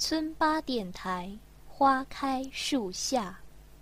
村巴电台，花开树下。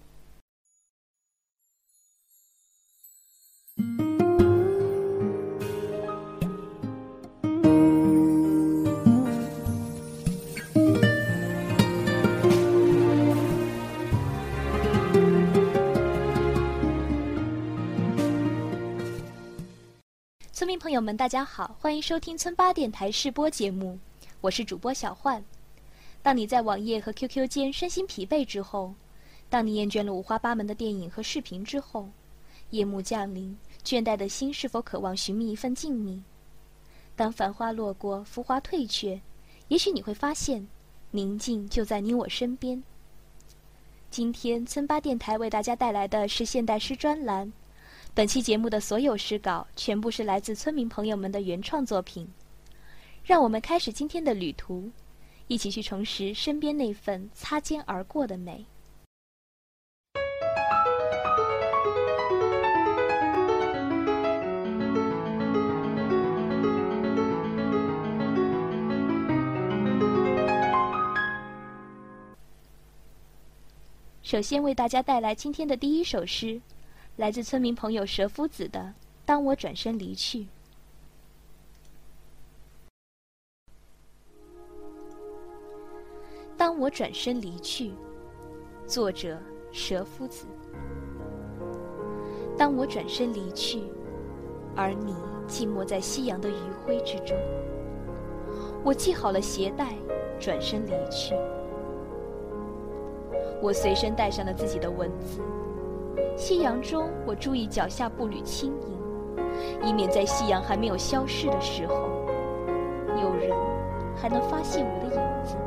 村民朋友们，大家好，欢迎收听村巴电台试播节目，我是主播小焕。当你在网页和 QQ 间身心疲惫之后，当你厌倦了五花八门的电影和视频之后，夜幕降临，倦怠的心是否渴望寻觅一份静谧？当繁花落过，浮华退却，也许你会发现，宁静就在你我身边。今天村巴电台为大家带来的是现代诗专栏。本期节目的所有诗稿全部是来自村民朋友们的原创作品。让我们开始今天的旅途，一起去重拾身边那份擦肩而过的美。首先为大家带来今天的第一首诗，来自村民朋友蛇夫子的《当我转身离去》。当我转身离去，作者蛇夫子。当我转身离去，而你寂寞在夕阳的余晖之中，我系好了鞋带，转身离去。我随身带上了自己的文字，夕阳中我注意脚下步履轻盈，以免在夕阳还没有消逝的时候，有人还能发现我的影子。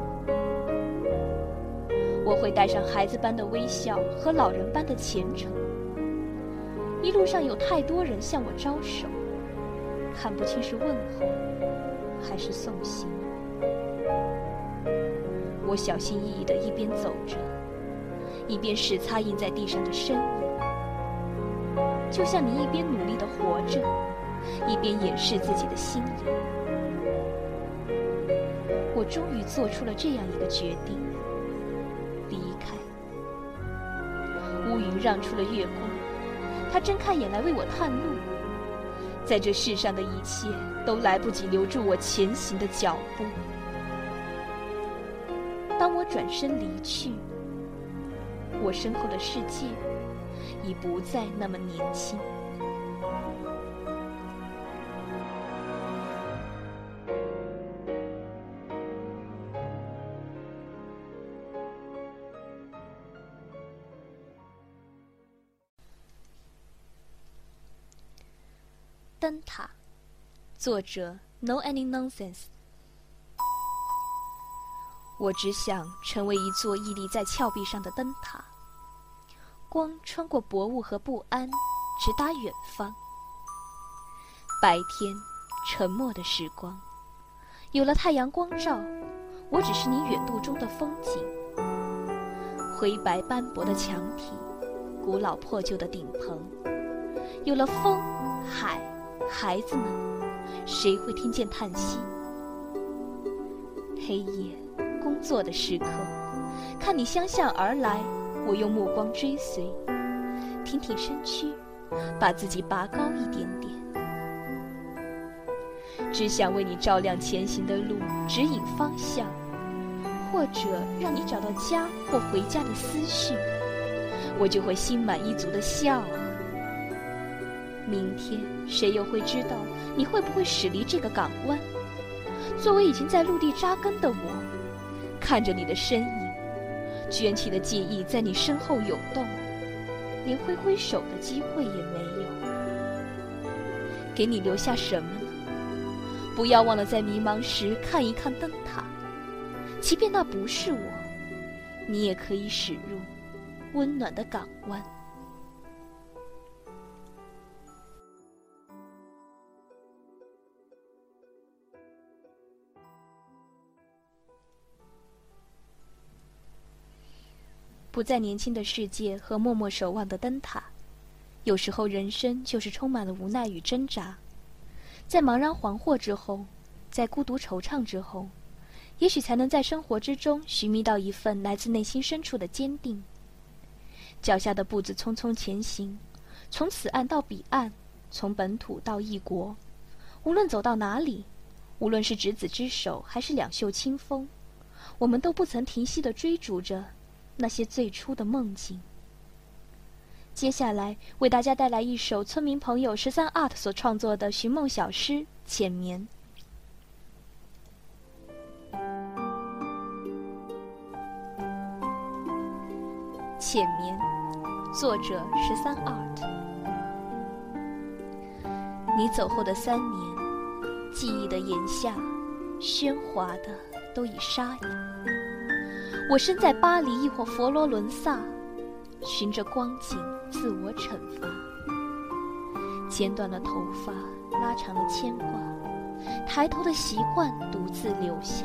我会带上孩子般的微笑和老人般的虔诚。一路上有太多人向我招手，看不清是问候还是送行。我小心翼翼地一边走着，一边拭擦印在地上的身影，就像你一边努力地活着，一边掩饰自己的心灵。我终于做出了这样一个决定，离开。乌云让出了月光，它睁开眼来为我探路。在这世上的一切都来不及留住我前行的脚步。当我转身离去，我身后的世界已不再那么年轻。灯塔，作者 No Any Nonsense。我只想成为一座屹立在峭壁上的灯塔，光穿过薄雾和不安，直达远方。白天，沉默的时光，有了太阳光照，我只是你远渡中的风景。灰白斑驳的墙体，古老破旧的顶棚，有了风、海、孩子们，谁会听见叹息？黑夜，工作的时刻，看你相向而来，我用目光追随，挺挺身躯，把自己拔高一点点，只想为你照亮前行的路，指引方向，或者让你找到家或回家的思绪，我就会心满意足地笑啊。明天谁又会知道你会不会驶离这个港湾？作为已经在陆地扎根的我，看着你的身影，卷起的记忆在你身后涌动，连挥挥手的机会也没有。给你留下什么呢？不要忘了在迷茫时看一看灯塔，即便那不是我，你也可以驶入温暖的港湾。不再年轻的世界和默默守望的灯塔，有时候人生就是充满了无奈与挣扎。在茫然惶惑之后，在孤独惆怅之后， 也许才能在生活之中寻觅到一份来自内心深处的坚定。脚下的步子匆匆前行，从此岸到彼岸，从本土到异国，无论走到哪里，无论是执子之手还是两袖清风，我们都不曾停息地追逐着那些最初的梦境。接下来为大家带来一首村民朋友13 art 所创作的寻梦小诗《浅眠》。浅眠，作者13 art。你走后的3年，记忆的檐下，喧哗的都已沙哑。我身在巴黎亦或佛罗伦萨，循着光景自我惩罚。剪短了头发，拉长了牵挂，抬头的习惯独自留下。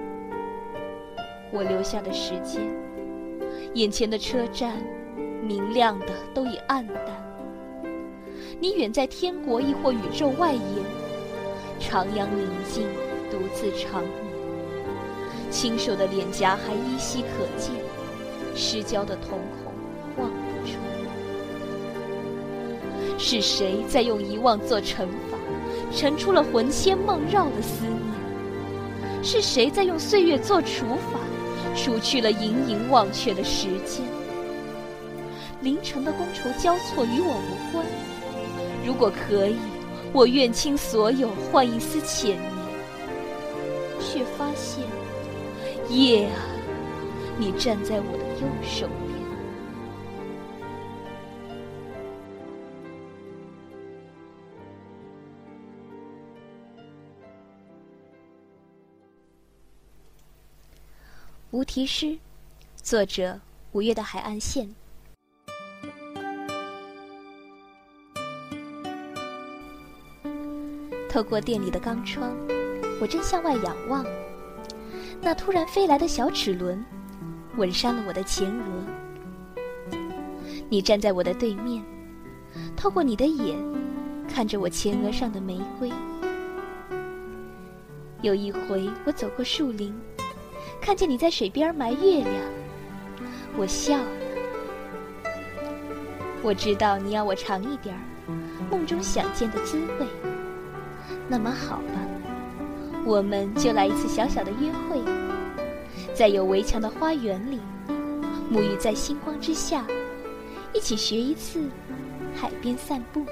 我留下的时间，眼前的车站，明亮的都已暗淡。你远在天国亦或宇宙外沿，徜徉宁静，独自长眠。清瘦的脸颊还依稀可见，失焦的瞳孔望不穿。是谁在用遗忘做惩罚，盛出了魂牵梦绕的思念？是谁在用岁月做处罚，除去了盈盈忘却的时间？凌晨的觥筹交错与我无关，如果可以，我愿倾所有换一丝浅眠。却发现，夜啊，你站在我的右手边。无题诗，作者5月的海岸线。透过店里的钢窗，我正向外仰望，那突然飞来的小齿轮吻伤了我的前额。你站在我的对面，透过你的眼看着我前额上的玫瑰。有一回我走过树林，看见你在水边埋月亮，我笑了。我知道你要我尝一点梦中想见的滋味，那么好吧，我们就来一次小小的约会，在有围墙的花园里，沐浴在星光之下，一起学一次海边散步。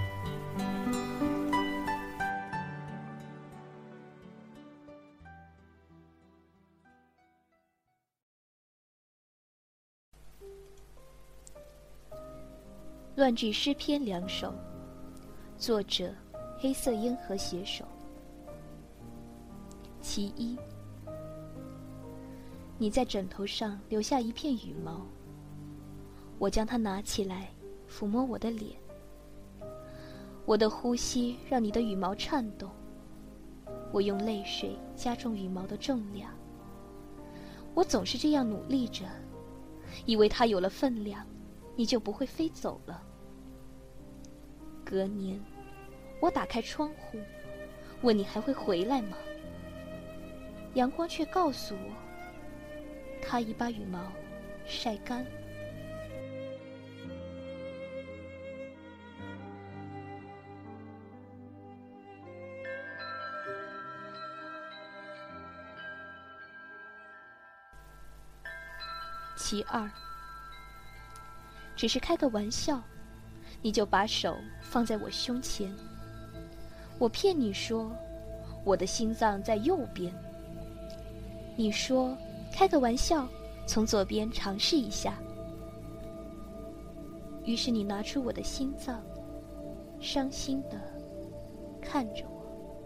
乱句诗篇2首，作者黑色烟盒写手。其一，你在枕头上留下一片羽毛，我将它拿起来，抚摸我的脸。我的呼吸让你的羽毛颤动，我用泪水加重羽毛的重量。我总是这样努力着，以为它有了分量，你就不会飞走了。隔年，我打开窗户，问你还会回来吗？阳光却告诉我，它已把羽毛晒干。其二，只是开个玩笑，你就把手放在我胸前。我骗你说，我的心脏在右边。你说，开个玩笑，从左边尝试一下。于是你拿出我的心脏，伤心地看着我。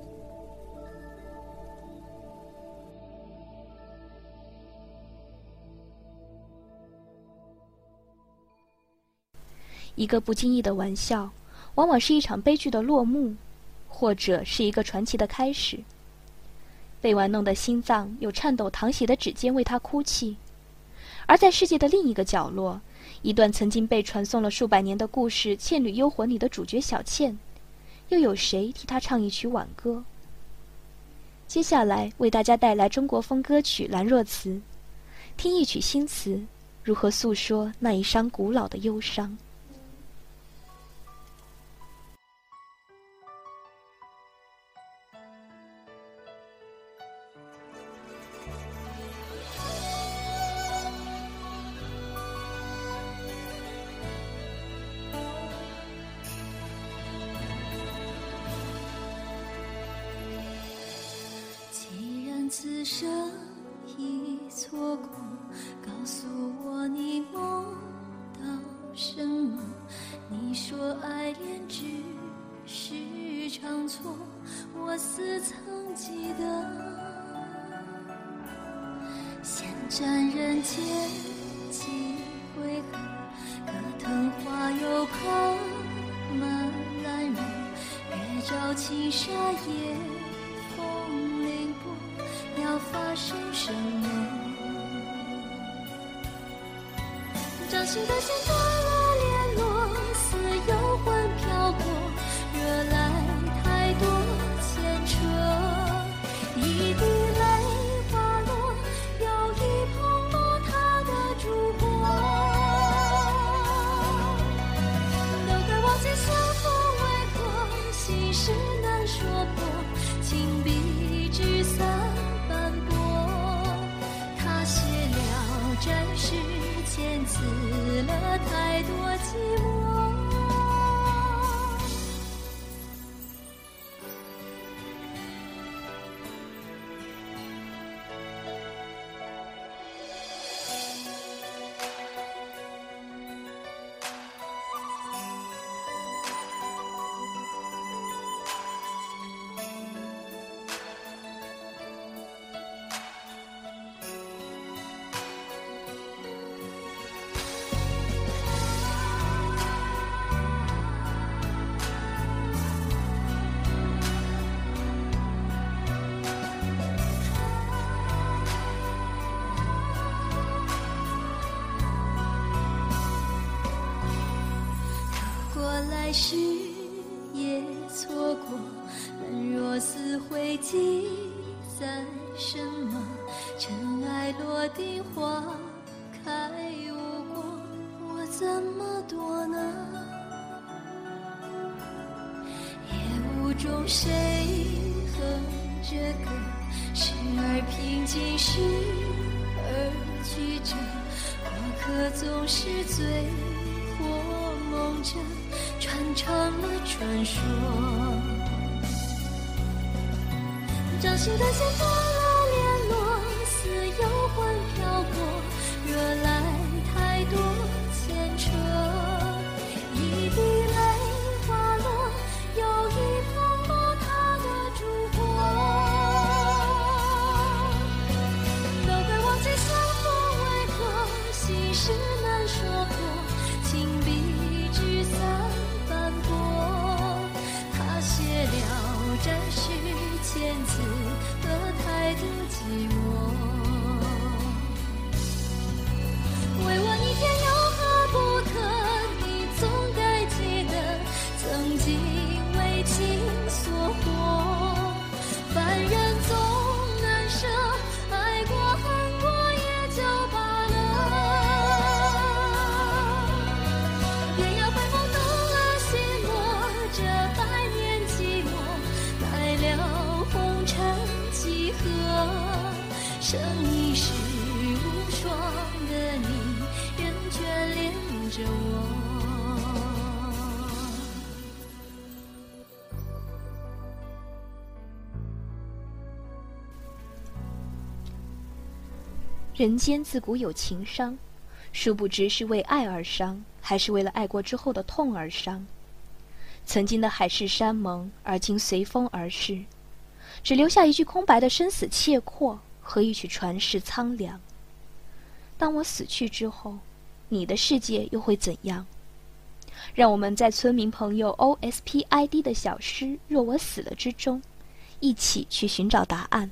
一个不经意的玩笑，往往是一场悲剧的落幕，或者是一个传奇的开始。被玩弄的心脏有颤抖淌血的指尖为他哭泣，而在世界的另一个角落，一段曾经被传颂了数百年的故事《倩女幽魂》里的主角小倩，又有谁替她唱一曲挽歌？ 接下来为大家带来中国风歌曲《兰若词》，听一曲新词，如何诉说那一殇古老的忧伤。 此生已错过，告诉我你梦到什么？你说爱恋只是场错，我似曾记得。闲占人间几回合，可藤花又靠满兰人，月照青纱夜风凌波。要发生什么？掌心的线断了联络，似幽魂飘过，惹来太多牵扯。一滴泪滑落，又一碰摸它的烛火。都该忘记相逢为何，心事难说破，情比纸伞。战世间刺了太多寂寞。来时也错过，兰若思会记载什么？尘埃落定，花开无果，我怎么躲呢？夜雾中谁哼着歌？时而平静，时而曲折，过客总是醉或梦着，传唱了传说。掌心的线断了联络，似幽魂飘过，惹来太多牵扯。一滴泪滑落，又一碰摸它的烛火。都该忘记相逢为何，心事难说破，情比纸伞斑驳。他写了战世千字和太多寂寞。为我一天有何不可？你总该记得，曾经为情所惑。凡人总难舍，爱过恨过也就罢了。鸳鸯会梦动了心魔，这百年寂寞，待了红尘几何？剩一世无双的你，仍眷恋着我。 人间自古有情伤，殊不知是为爱而伤，还是为了爱过之后的痛而伤。曾经的海誓山盟，而今随风而逝，只留下一句空白的生死契阔和一曲传世苍凉。当我死去之后，你的世界又会怎样？让我们在村民朋友 OSPID 的小诗《若我死了》之中，一起去寻找答案。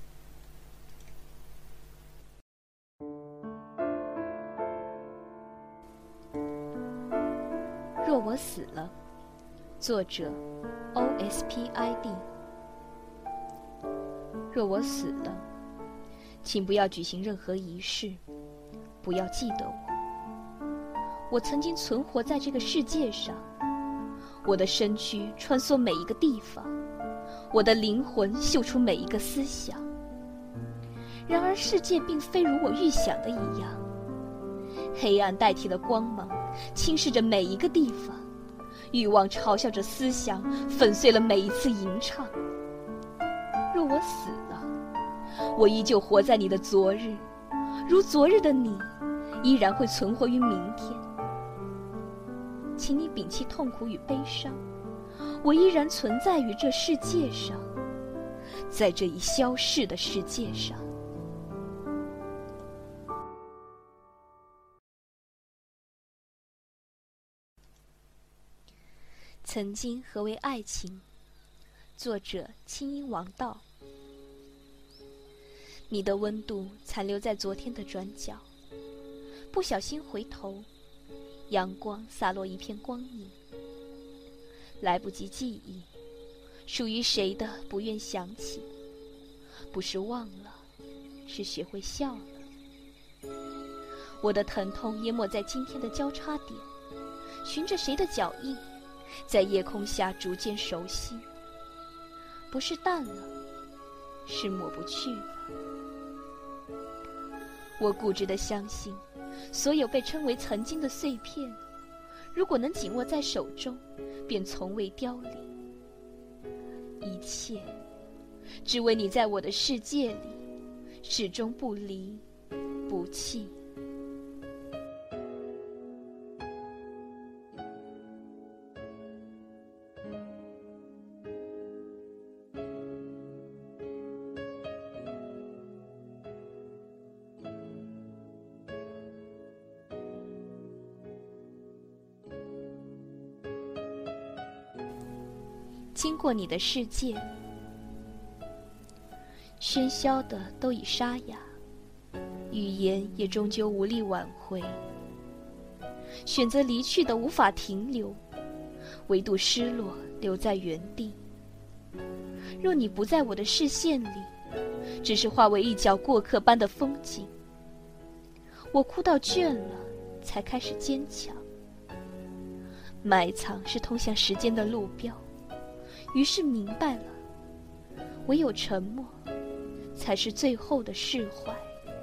若我死了，作者 OSPID。 若我死了，请不要举行任何仪式，不要记得我。我曾经存活在这个世界上，我的身躯穿梭每一个地方，我的灵魂嗅出每一个思想。然而世界并非如我预想的一样，黑暗代替了光芒，侵蚀着每一个地方，欲望嘲笑着思想，粉碎了每一次吟唱。若我死了，我依旧活在你的昨日，如昨日的你依然会存活于明天。请你摒弃痛苦与悲伤，我依然存在于这世界上，在这已消逝的世界上。曾经何为爱情？作者清音王道。你的温度残留在昨天的转角，不小心回头，阳光洒落一片光影。来不及记忆，属于谁的不愿想起，不是忘了，是学会笑了。我的疼痛淹没在今天的交叉点，循着谁的脚印，在夜空下逐渐熟悉，不是淡了，是抹不去了。我固执地相信，所有被称为曾经的碎片，如果能紧握在手中，便从未凋零。一切，只为你在我的世界里，始终不离不弃。经过你的世界，喧嚣的都已沙哑，语言也终究无力挽回。选择离去的无法停留，唯独失落留在原地。若你不在我的视线里，只是化为一角过客般的风景。我哭到倦了，才开始坚强。埋藏是通向时间的路标，于是明白了，唯有沉默，才是最后的释怀。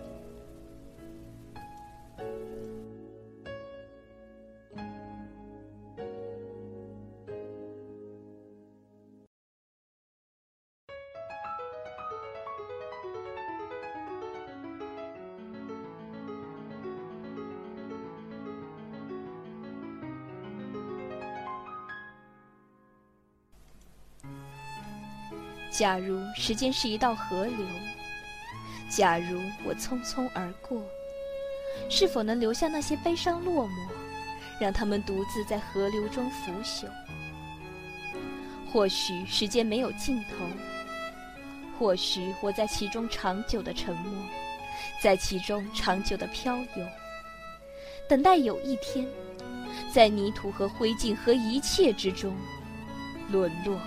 假如时间是一道河流，假如我匆匆而过，是否能留下那些悲伤落寞，让他们独自在河流中腐朽？或许时间没有尽头，或许我在其中长久的沉默，在其中长久的漂游，等待有一天，在泥土和灰烬和一切之中沦落。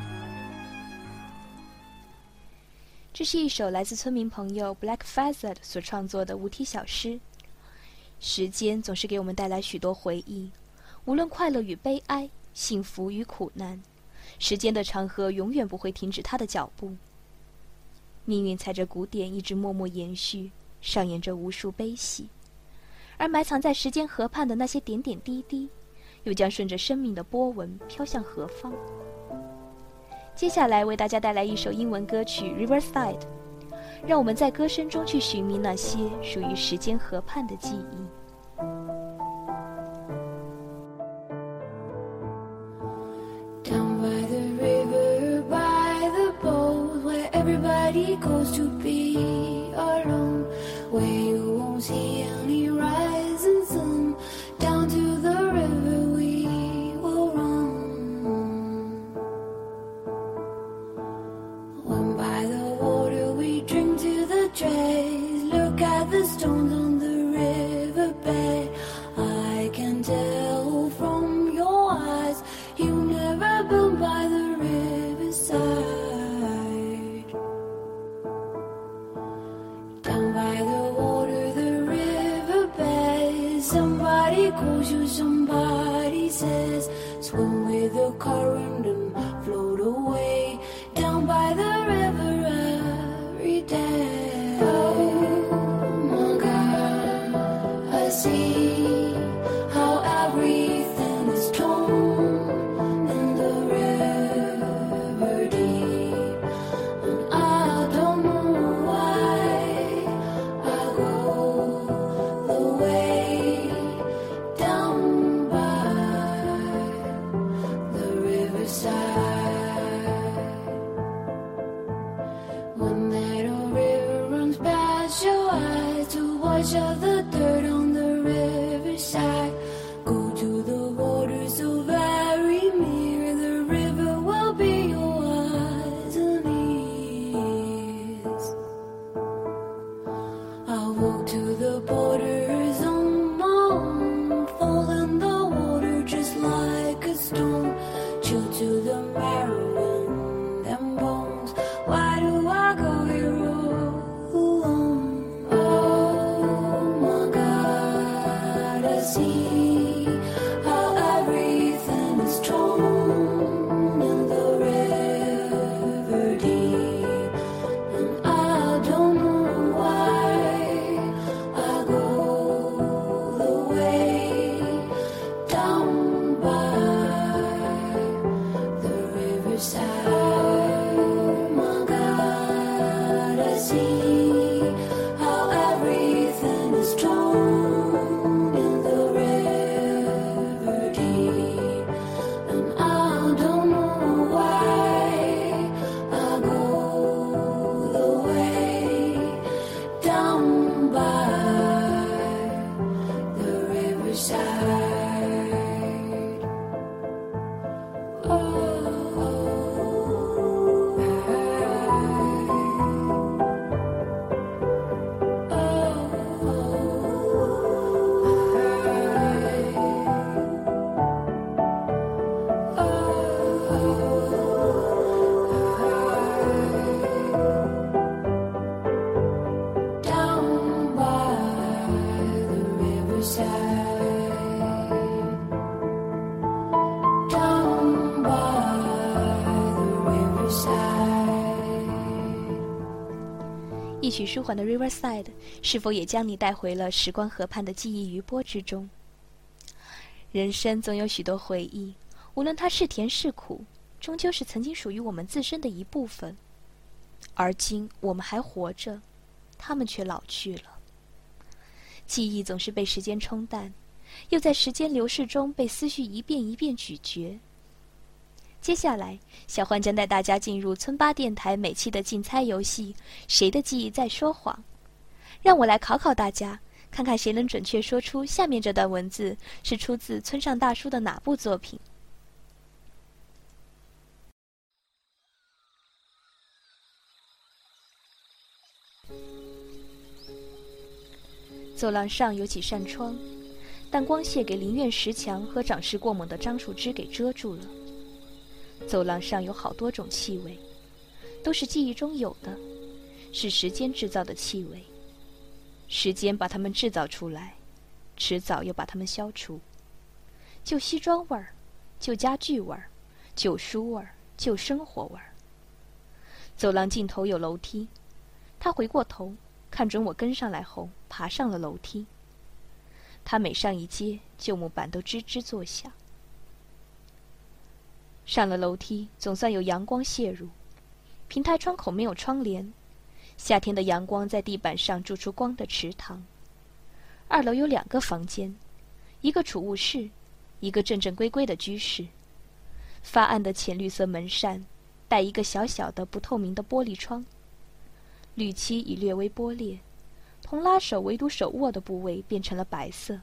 这是一首来自村民朋友 Black Feathered 所创作的无题小诗。时间总是给我们带来许多回忆，无论快乐与悲哀，幸福与苦难，时间的长河永远不会停止它的脚步。命运踩着鼓点一直默默延续，上演着无数悲喜，而埋藏在时间河畔的那些点点滴滴，又将顺着生命的波纹飘向何方。接下来为大家带来一首英文歌曲 Riverside， 让我们在歌声中去寻觅那些属于时间河畔的记忆。 Down by the river, by the boat, where everybody goes to be alone, where you won't see any rising sun. Down to the river we will run. When by the water we drink to the dregs, look at the stones on the riverbed. I can tell from your eyes you've never been by the riverside. somebody calls you, somebody says, swim with the current and float away down by the river every day. Oh my God, I see how everything is torn in the river deep, and I don't know why I go the way down by the riverside. When that old river runs past your eyes to wash out the dirt on the riverside, go to the water so very near, the river will be your eyes and ears. I'll walk to the borders on my own, fall in the water just like a stone, chill to the marrow and bones. Why do I go here all alone? Oh my God, I see how everything is torn in the river deep, and I don't know why I go the way down by the riverside. Oh my God, I see how everything is torn in the river deep, and I don't know why I go the way down by the riverside. Down by the riverside, down by the riverside. 一曲舒缓的 Riverside 是否也将你带回了时光河畔的记忆余波之中？人生总有许多回忆，无论它是甜是苦，终究是曾经属于我们自身的一部分。而今我们还活着，他们却老去了。记忆总是被时间冲淡，又在时间流逝中被思绪一遍一遍咀嚼。接下来，小欢将带大家进入村巴电台每期的竞猜游戏“谁的记忆在说谎”。让我来考考大家，看看谁能准确说出下面这段文字是出自村上大叔的哪部作品。走廊上有几扇窗，但光线给林院石墙和长势过猛的樟树枝给遮住了。走廊上有好多种气味，都是记忆中有的，是时间制造的气味。时间把它们制造出来，迟早又把它们消除。旧西装味儿，旧家具味儿，旧书味儿，旧生活味儿。走廊尽头有楼梯，他回过头，看准我跟上来后，爬上了楼梯。他每上一阶，旧木板都吱吱作响。上了楼梯，总算有阳光泄入。平台窗口没有窗帘，夏天的阳光在地板上注出光的池塘。2楼有2个房间，一个储物室，一个正正规规的居室。发暗的浅绿色门扇，带一个小小的不透明的玻璃窗。绿漆已略微剥裂，同拉手唯独手握的部位变成了白色。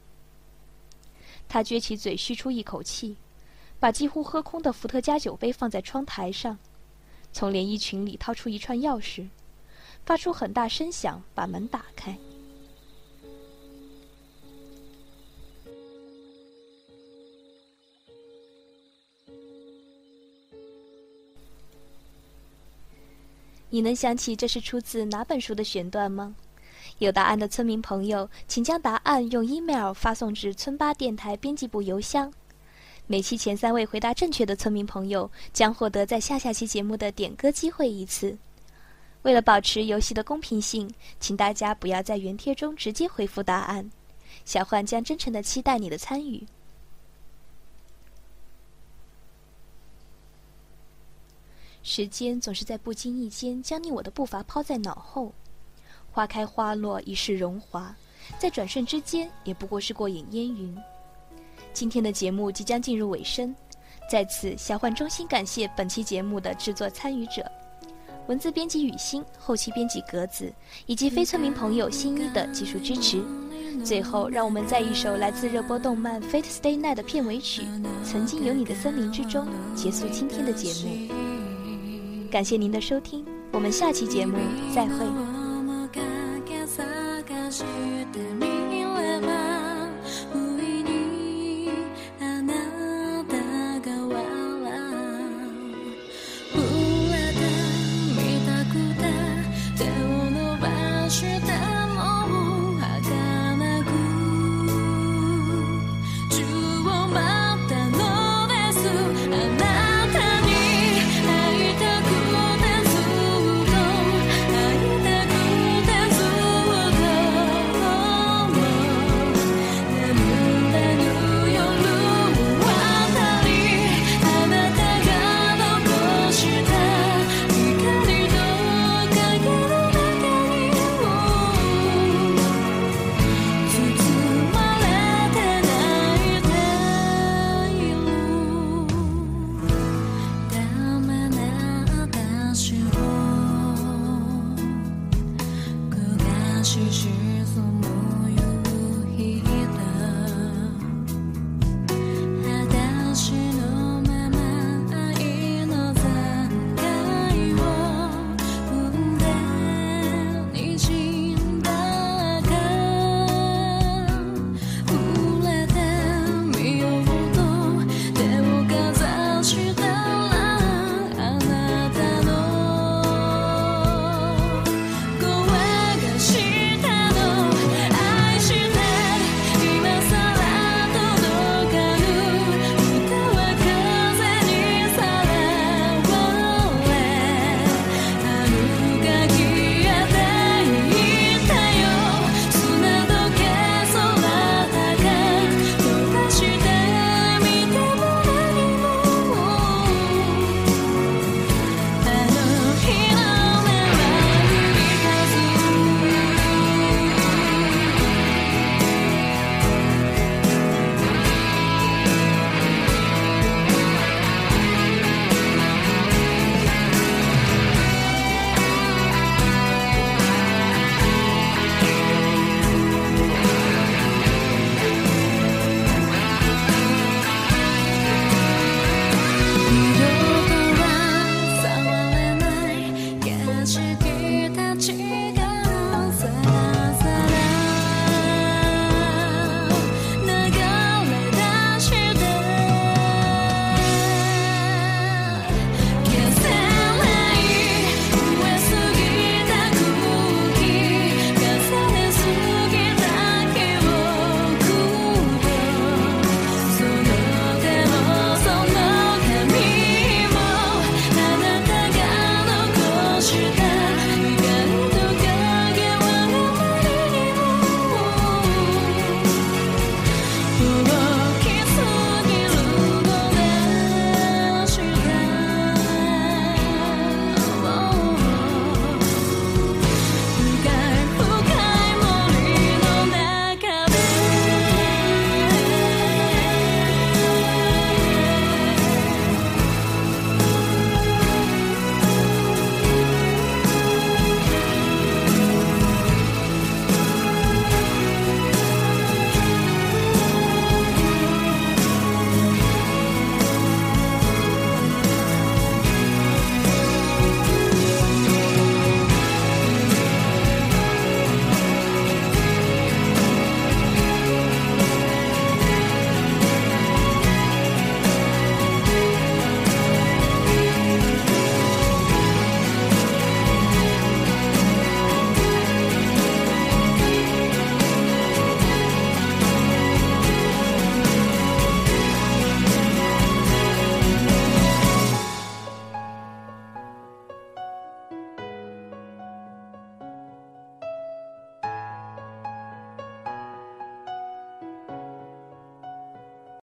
他撅起嘴吁出一口气，把几乎喝空的伏特加酒杯放在窗台上，从连衣裙里掏出一串钥匙，发出很大声响，把门打开。你能想起这是出自哪本书的选段吗？ 有答案的村民朋友，请将答案用 email 发送至村巴电台编辑部邮箱。每期前3位回答正确的村民朋友将获得在下期节目的点歌机会1次。为了保持游戏的公平性，请大家不要在原帖中直接回复答案。小焕将真诚地期待你的参与。时间总是在不经意间将你我的步伐抛在脑后，花开花落一世荣华，在转瞬之间也不过是过眼烟云。今天的节目即将进入尾声，在此小焕衷心感谢本期节目的制作参与者，文字编辑雨欣，后期编辑格子，以及非村民朋友新一的技术支持。最后让我们在一首来自热播动漫 Fate Stay Night 的片尾曲《曾经有你的森林》之中结束今天的节目。感谢您的收听，我们下期节目再会。